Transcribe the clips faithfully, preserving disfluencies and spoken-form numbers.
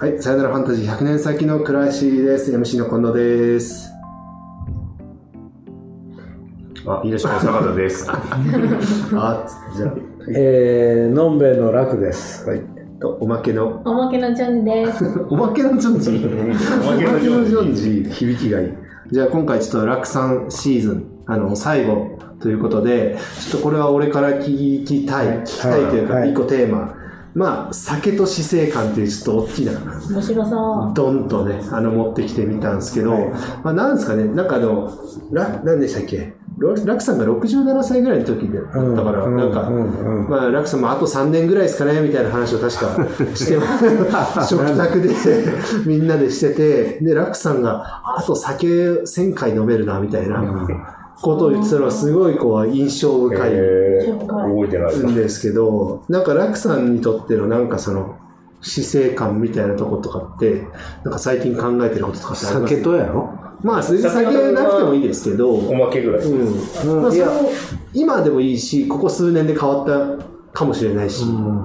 はい、さよならファンタジーひゃくねん先の暮らしです。エムシー の近藤です。 あ、いいらっしゃい、坂田です。あ、 じゃあ、 えー、のんべえの楽です。 はい。とおまけのおまけのジョンジです。 おまけのジョンジ。おまけのジョンジ、響きがいい。じゃあ今回ちょっと楽さんシーズンあの最後ということで、ちょっとこれは俺から聞きたい聞きたいというか、はい、一個テーマ。まあ、酒と死生観っていうちょっと大きな面白そうドンとねあの持ってきてみたんですけど、はい、まあ、なんですかね、なんかあのラ何でしたっけ、ラクさんがろくじゅうななさいぐらいの時でだったから、うん、なんか、うんうん、まあ、ラクさんもあとさんねんぐらいですかねみたいな話を確かして食卓でみんなでしてて、でラクさんがあと酒せんかい飲めるなみたいな、うんことを言ってたのはすごいこう印象深いんですけど、なんかラクさんにとってのなんかその死生観みたいなとことかってなんか最近考えてることとかってあります？ 酒とやろ？ まあ酒なくてもいいですけど、 おまけぐらい、 うんまあ、それ今でもいいし、ここ数年で変わったかもしれないし、うん、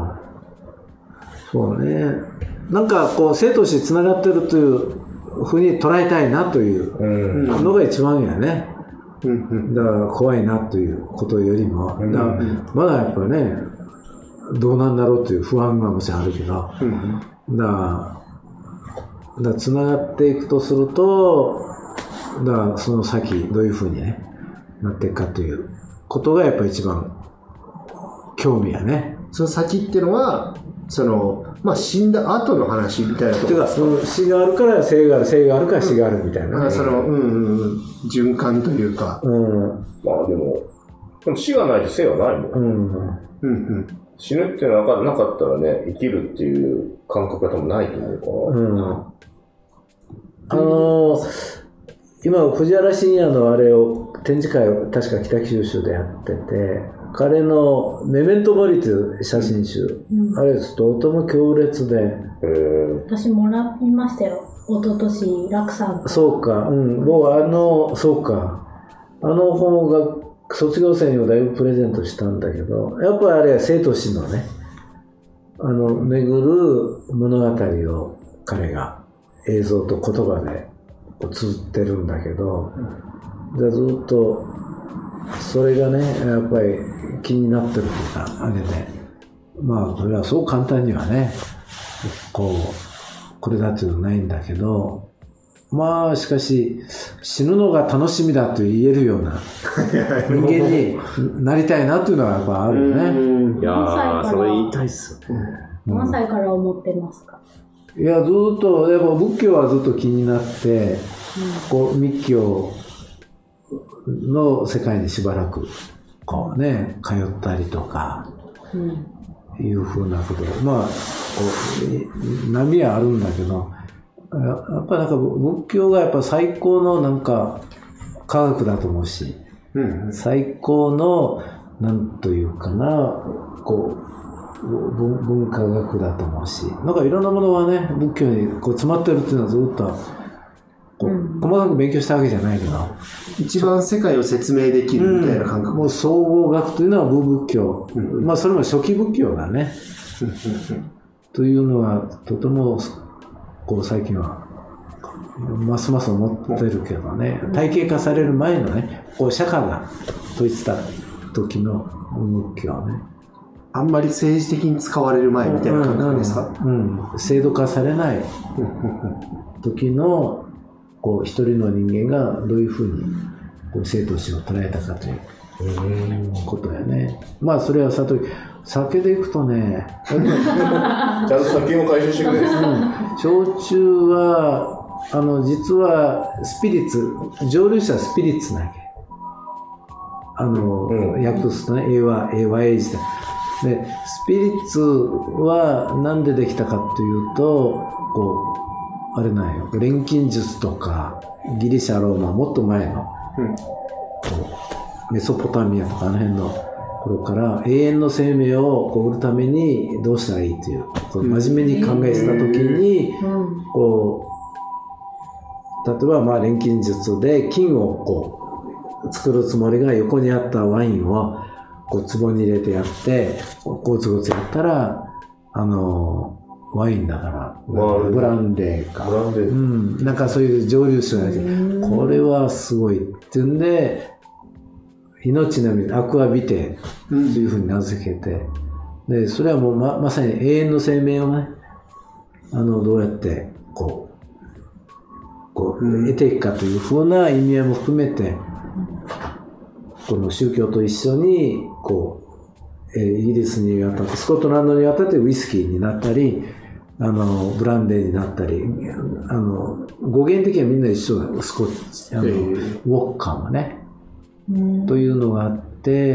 そうね、なんかこう生と死つながってるというふうに捉えたいなというのが一番やね。だから怖いなということよりも、だまだやっぱねどうなんだろうという不安がもしあるけど、だだつながっていくとすると、だその先どういうふうに、ね、なっていくかということがやっぱり一番興味やね。 その先っていうのはその、まあ、死んだ後の話みたいなところですか？ てか死があるから生がある、生があるから死があるみたいな、 うん、その、うんうん、循環というか、うん、 まあでも、でも死がないと生はないもん、うんうんうん、死ぬっていうのはなかったらね、生きるっていう感覚が多分ないと思うから、うん、 あのー、今藤原信也のあれを展示会を確か北九州でやってて、彼のメメントモリという写真集、うん、あれですとても強烈で、 私もらいましたよ、一昨年楽さん。 そうか、うん、僕あのそうかあの本が卒業生にもだいぶプレゼントしたんだけど、やっぱりあれは生と死のね、あの巡る物語を彼が映像と言葉で綴ってるんだけど、うん、ずっとそれがねやっぱり気になってるというかあれで、まあそれはそう簡単にはねこうこれだっていうのはないんだけど、まあしかし死ぬのが楽しみだと言えるような人間になりたいなというのはやっぱあるよね。 いやーそれ言いたいっす。 何歳から思ってますか？ いやずっとやっぱ仏教はずっと気になって、うん、こう密教の世界にしばらくこうね通ったりとかいうふうなことで、まあこう波はあるんだけど、やっぱりなんか仏教がやっぱ最高のなんか科学だと思うし、うん、最高のなんというかなこう文化学だと思うし、なんかいろんなものはね仏教にこう詰まってるっていうのはずっとこう、うん、細かく勉強したわけじゃないけど、 一番世界を説明できるみたいな感覚、うん、 もう総合学というのは仏仏教、うん、まあそれも初期仏教だねというのはとてもこう最近はますます思ってるけどね、体系化される前のねこう釈迦が説いてた時の仏教ね、 あんまり政治的に使われる前みたいな感覚ですか？ うんうんうん、制度化されない時のこう一人の人間がどういうふうにこう生と死を捉えたかということやね。まあそれはさと酒でいくとねちゃんと酒も回収してくれる、うん、 焼酎はあの実はスピリッツ、蒸留酒はスピリッツなわけ、あの、うん、訳すとね英和英和英字ででスピリッツは何でできたかというとこうあれなんよ、錬金術とかギリシャローマもっと前の、うん、メソポタミアとかあの辺の頃から永遠の生命をこう売るためにどうしたらいいという、こう真面目に考えてた時に、うん、こう例えばまあ錬金術で金をこう作るつもりが横にあったワインをこう壺に入れてやってゴツゴツやったらあのワインだから、 うん、 ブランデーか。 ブランデー。 うん。なんかそういう蒸留酒が出て、これはすごいっていうんで、命の水、アクアビテというふうに名付けて、で、それはもう ま, まさに永遠の生命をね、あの、どうやって、こう、こう、得ていくかというふうな意味合いも含めて、この宗教と一緒に、こう、えー、イギリスに渡って、スコットランドに渡ってウイスキーになったり、あの、ブランデーになったり、あの、語源的にはみんな一緒だ。スコッチ、あの、ウォッカもね、というのがあって、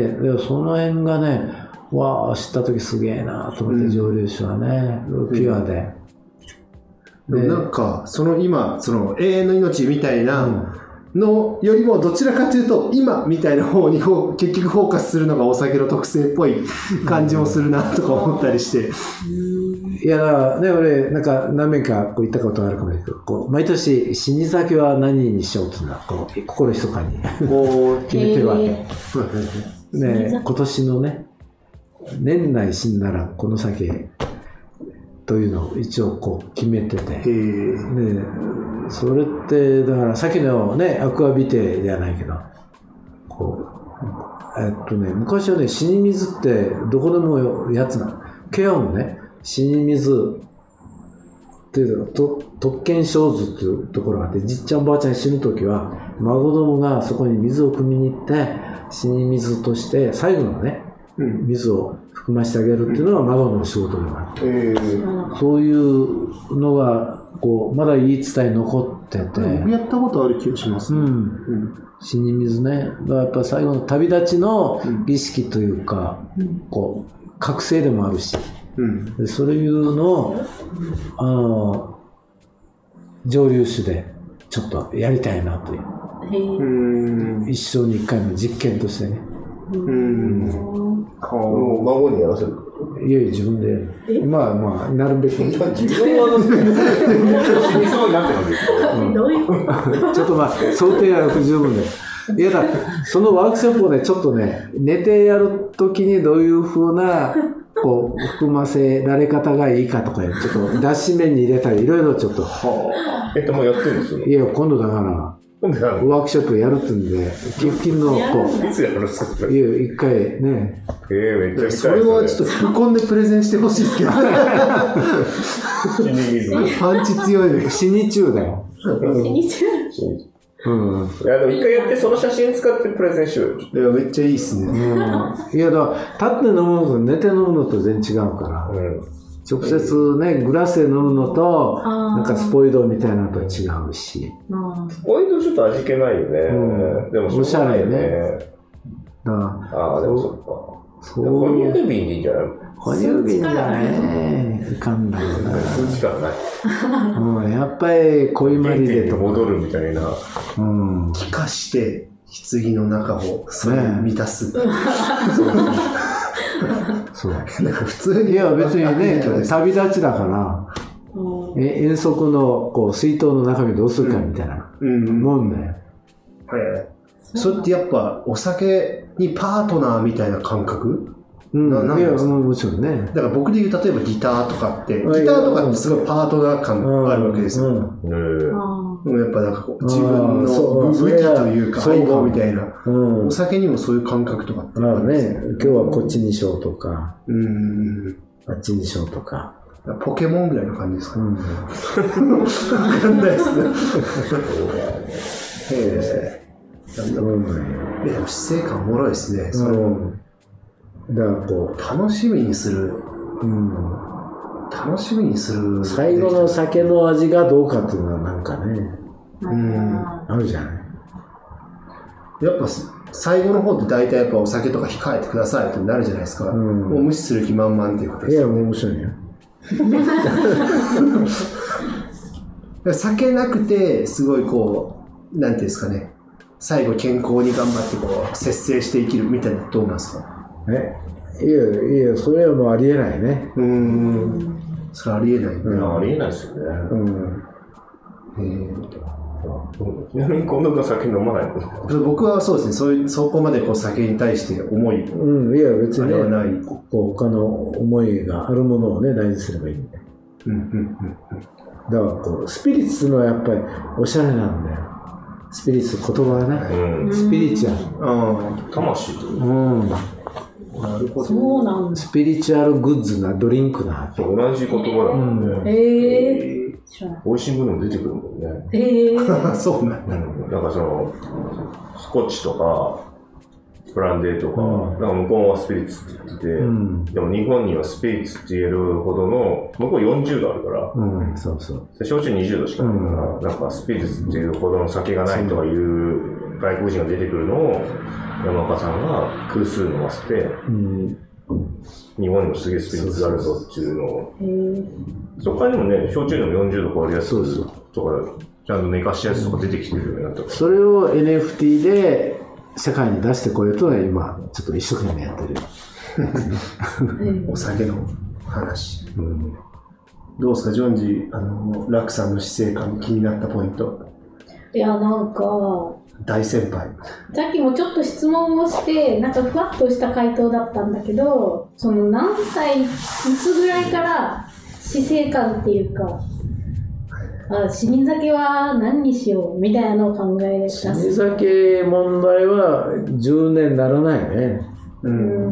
でその辺がね、わあ、知った時すげえなと思って、蒸留酒はね、ピュアで。 でなんか、その今、その永遠の命みたいなのよりも、どちらかというと、今みたいな方に結局フォーカスするのがお酒の特性っぽい感じもするなとか思ったりして。 いや、だからね、俺、なんか何年かこう行ったことあるかもしれないけど、こう毎年、死に酒は何にしようっていうのは、こう心ひそかに決めてるわけ。ね、今年のね、年内死んだらこの酒というのを一応こう決めてて、でそれってだからさっきのねアクアビテじゃないけど、こうえっとね昔はね死に水ってどこでもやつなの。ケアもね死に水っていうのと特権小図っていうところがあって、じっちゃんばあちゃん死ぬ時は孫供がそこに水を汲みに行って死に水として最後のね水を含ませてあげるっていうのが孫の仕事になって、えー、そういうのがこうまだ言い伝え残ってて、 僕やったことある気がしますね、うんうん、 死に水ね。だからやっぱ最後の旅立ちの儀式というか、うん、こう覚醒でもあるし、うん、でそういうのをあの蒸留酒でちょっとやりたいなという、うん、一生に一回の実験としてね。うんもう孫にやらせる。 いやいや自分でやる。まあまあなるべく自分は死にそうになってるんですよ。 どういうこと？ ちょっとまあ想定は不十分で。いやだそのワークショップをねちょっとね寝てやるときにどういう風なこう含ませられ方がいいかとかちょっと脱脂麺に入れたりいろいろちょっと。 えっともうやってるんですよ。 いや今度だから。ワークショップやるってんで、寄付金のこう、いつやるんですか？ いや、一回ね。 えー、めっちゃ見たいですね。 それはちょっと吹っ込んでプレゼンしてほしいですけど。パンチ強い。 死に中だよ。 死に中うん。 いや、でも一回やってその写真使ってプレゼンしようよ。 いや、めっちゃいいっすね。うん、 いや、だから立って飲むのと寝て飲むのと全然違うから。うん直接ね、グラスで飲むのと、なんかスポイドみたいなのと違うし。 スポイドちょっと味気ないよね。うん、でもおしゃれね。 だああ、でもそっか。そう。哺乳瓶でいいんじゃない？ 哺乳瓶じゃねいかんだよな。 そういう力ない。 うん、やっぱり恋まりでとか。 戻るみたいな。 うん。 気化して、棺の中をそれ満たす。ねそう。普通に。いや、別にね、旅立ちだから、え遠足のこう水筒の中身どうするかみたいなもんだよ。 はい。それってやっぱお酒にパートナーみたいな感覚？ うん、ななんいや、もちろんね。 だから僕で言う、例えばギターとかって、ギターとかってすごいパートナー感があるわけですよ。うん、でもやっぱなんかこう自分の武器というか相棒みたいな、うん、お酒にもそういう感覚とかってあるんですね。今日はこっちにしようとか、うん、あっちにしようとか。 ポケモンぐらいの感じですかね。うん、わかんないですね。へえ。なんだろう。でも死生観おもろいですね。そのだからこう楽しみにする、うん、楽しみにする最後の酒の味がどうかっていうのはなんかね、うん、あるじゃない。 やっぱ最後の方って大体やっぱお酒とか控えてくださいってなるじゃないですか、うん、もう無視する気満々っていうことです。 いやもう面白いよ酒なくてすごいこうなんていうんですかね、最後健康に頑張ってこう節制して生きるみたいなどうなんですか？ えいやいや、それはもうありえないね。 うーん。それありえない、ね。 うん、ありえないですよね。うん。えー、ちなみに近藤が酒飲まないの？ 僕はそうですね、そういう、そこまでこう酒に対して思い。 うん、いや別にね、こう他の思いがあるものをね、大事にすればいいんで。 うんうんうん、だからこうスピリッツのやっぱりおしゃれなんだよ。スピリッツ言葉はね、うん、スピリチュアル、 うん、魂という、うん、 なるほど。そうなんだ。 スピリチュアルグッズなドリンクな。 同じ言葉だもんね。 うん、へえ。 美味しいものも出てくるもんね。 へえ。 そうなんだ。 うん、なんかそのスコッチとかブランデーとか、うん、なんか向こうはスピリッツって言ってて、うん、でも日本にはスピリッツって言えるほどの、向こうよんじゅうどあるから、うん、そうそう。焼酎にじゅうどしかないから、うん、なんかスピリッツっていうほどの酒がないとかいう外国人が出てくるのを、山岡さんが空数飲ませて、うん、日本にもすげえスピリッツがあるぞっていうのを、そこからでもね、焼酎でもよんじゅうど超えるやつとか、ちゃんと寝かしたやつとか出てきてるようになったから。 それを エヌエフティー で、社会に出してこようとね、今ちょっと一生懸命やってるお酒の話、うん、どうですかジョンジ、あのラクさんの死生観気になったポイント。 いやなんか大先輩、 さっきもちょっと質問をしてなんかふわっとした回答だったんだけど、その何歳いつぐらいから死生観っていうか、あ、死に酒は何にしようみたいなのを考え出す。 死に酒問題はじゅうねんならないね。 うん。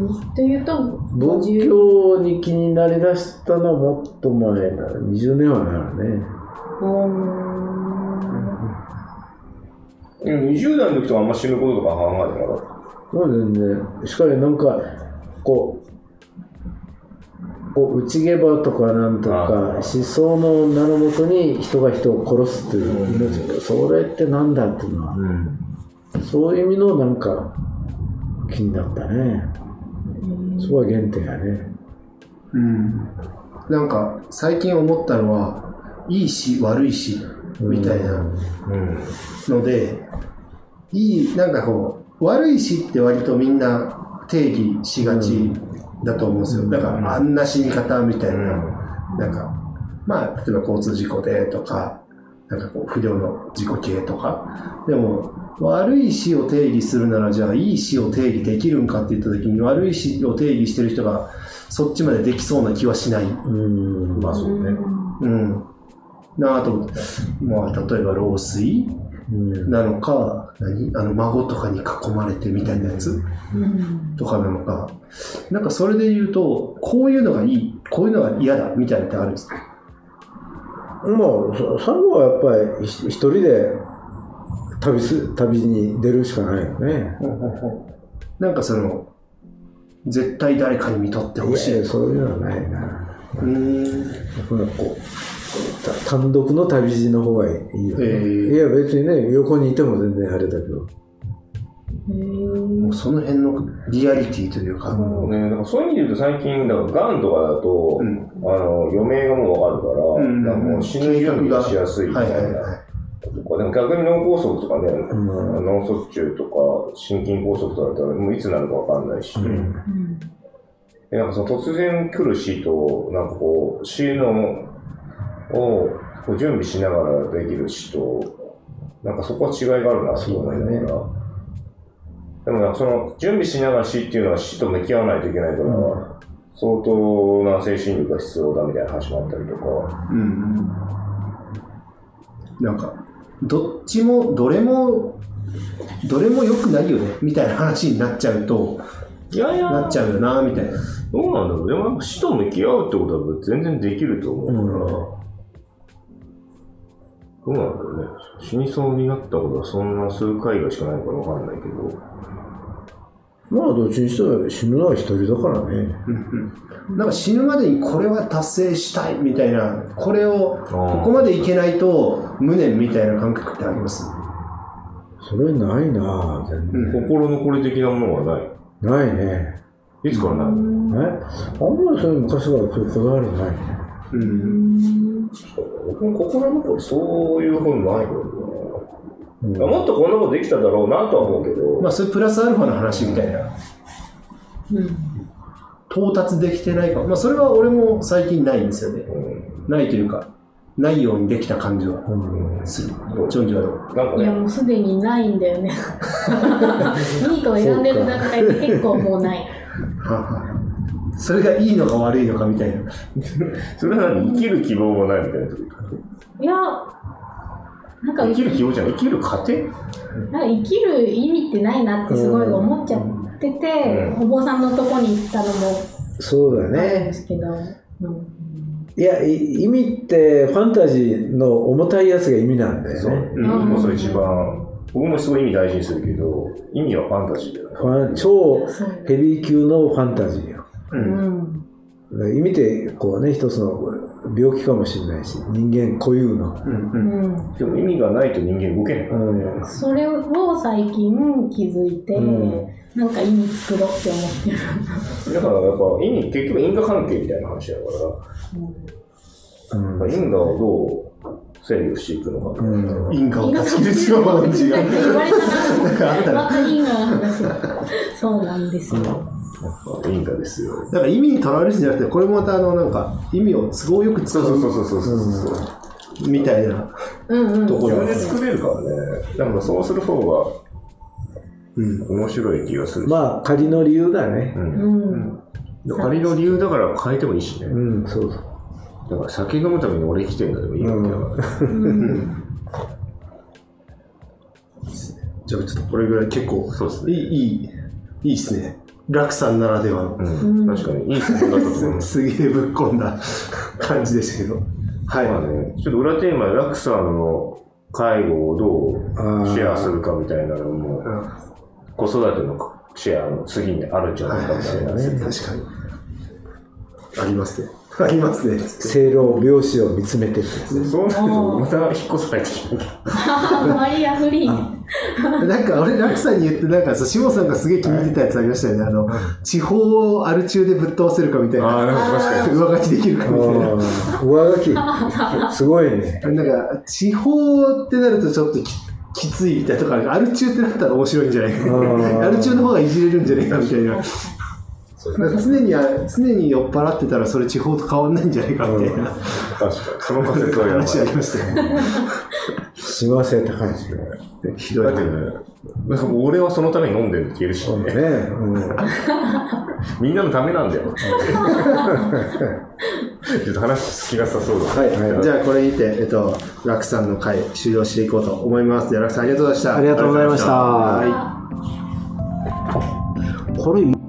うん、というと仏教に気になりだしたのはもっと前だ。にじゅうねんはなるね。 うん。にじゅう代の時とかあんま死ぬこととか考えてなかった。 そうですね。しかしなんかこう。内ゲバとかなんとか思想の名のもとに人が人を殺すという命、うん、それってなんだっていうのは、うん、そういう意味のなんか気になったね、うん、そこは原点やね、 うん、なんか最近思ったのはいい死悪い死みたいなので、うん、いいなんかこう悪い死って割とみんな定義しがち、うんだと思うんですよ。だからあんな死に方みたいな、うん、なんかまあ例えば交通事故でとか、なんかこう不良の事故系とか、でも悪い死を定義するならじゃあいい死を定義できるんかって言った時に悪い死を定義してる人がそっちまでできそうな気はしない。うん、まあそうね。うん。なあと、まあ例えば老衰なのか、何あの孫とかに囲まれてみたいなやつ、うん、とかなのか、なんかそれで言うとこういうのがいい、こういうのが嫌だみたいなのってあるんですか？ まあ最後はやっぱり一人で旅す旅に出るしかないよね。 なんかその絶対誰かに見とってほしい。 いやそういうのはないな。うーん。こう単独の旅路の方がいいよね。いや別にね横にいても全然あれだけど。 もうその辺のリアリティというか、 うんね、だからそういう意味で言うと最近だからガンとかだと、うん、あの余命がもう分かるから、うん、なんかもう死ぬ準備がしやすいみたいな、はいはいはい、とかでも逆に脳梗塞とかね、うん、脳卒中とか心筋梗塞とかだったらもういつなるか分かんないし、うん、でなんかその突然来る死となんかこう死ぬのをこう準備しながらできる死となんかそこは違いがあるなと思いながら、ね、でもなんかその準備しながら死っていうのは死と向き合わないといけないから、うん、相当な精神力が必要だみたいな話もあったりとか、うん、 なんかどっちもどれもどれも良くないよねみたいな話になっちゃうといやいやなっちゃうよなみたいな。 どうなんだろう。でもやっぱ死と向き合うってことは全然できると思うから、うん、どうなんだろうね。死にそうになったことはそんな数回がしかないから分かんないけど、 まあどっちにしても死ぬのは一人だからね。 なんか死ぬまでにこれは達成したいみたいな、これをここまでいけないと無念みたいな感覚ってあります？ それないな全然、 うん、心残り的なものはない。 ないね。 いつからない？え？あんまりそういう昔からこだわりないね。うん。 僕も心残りそういうふうにないよね。うん、もっとこんなことできただろうなとは思うけど、 まあそれプラスアルファの話みたいな、うん、到達できてないか、まあそれは俺も最近ないんですよね、うん、ないというかないようにできた感じはする。ジョンジはどう？ なんかね、いやもうすでにないんだよね。ニートを選んでる段階で結構もうない。 それがいいのか悪いのかみたいな。 それは何、生きる希望もないみたいな。 いや、なんか生きる希望じゃない、生きる過程？ なんか生きる意味ってないなってすごい思っちゃってて、うん、お坊さんのとこに行ったのもそうだね。 あるんですけど、うん、 いや、意味ってファンタジーの重たいやつが意味なんだよね。 そう、うん、もうそれ一番、僕もすごい意味大事にするけど、意味はファンタジーだよね。 超ヘビー級のファンタジーよ。 うんうん、意味ってこうね、一つの病気かもしれないし、人間固有の、うんうん、でも意味がないと人間動けないからね、 うん、それを最近気づいて、うん、なんか意味作ろうって思ってる。 だからやっぱ意味、結局因果関係みたいな話だから、うんうん、因果をどう整理をしていくのか、うん、 因果を断ち切る違うもの違う。 言われたな。また因果の話。そうなんですよ。 因果ですよ。 だから意味にとらわれるんじゃなくて、これもまたあのなんか意味を都合よく使う。 そうそうそうそうそうそう。 みたいなところで作れるからね。なんかそうする方が面白い気がする。 まあ仮の理由だね。 うんうん、仮の理由だから変えてもいいしね。 うん、そうそう。 だから酒飲むために俺生きてるんだでもいいわけだからね。うんうんじゃあちょっとこれぐらい結構そうですね。 いいいいいいですね。楽さんならではの、 うん、確かにいい質問だったと思う。 すげえぶっ込んだ感じでしたけど。はい。 まあね、ちょっと裏テーマで楽さんの介護をどうシェアするかみたいなのも、子育てのシェアの次にあるんじゃないかみたいなね。 確かに。ありますね。ありますね。 生老病死を見つめてって。 そうなるとまた引っ越さないといけない。 バリアフリー。 なんか俺、楽さんに言って、なんかさ、下さんがすげえ気に入ってたやつありましたよね。あの、地方をアル中でぶっ通せるかみたいな。 ああ、なんか確かに。 上書きできるかみたいな。 上書き。すごいね。 なんか、地方ってなるとちょっとききついみたいなとか、アル中ってなったら面白いんじゃないか。アル中の方がいじれるんじゃないかみたいな。なんか常に常に酔っ払ってたらそれ地方と変わんないんじゃないかみたいな、うん、 確かにその仮説はやばい話ありましたよね。 幸せ高いですね。 ひどいね。なんかもう俺はそのために飲んでるって言えるしね。 ね、うん、 みんなのためなんだよ。ちょっと話好きなさそうだ。 はい、はい、じゃあこれにてえっと楽さんの回終了していこうと思います。楽さんありがとうございました。 ありがとうございました。はい。これ。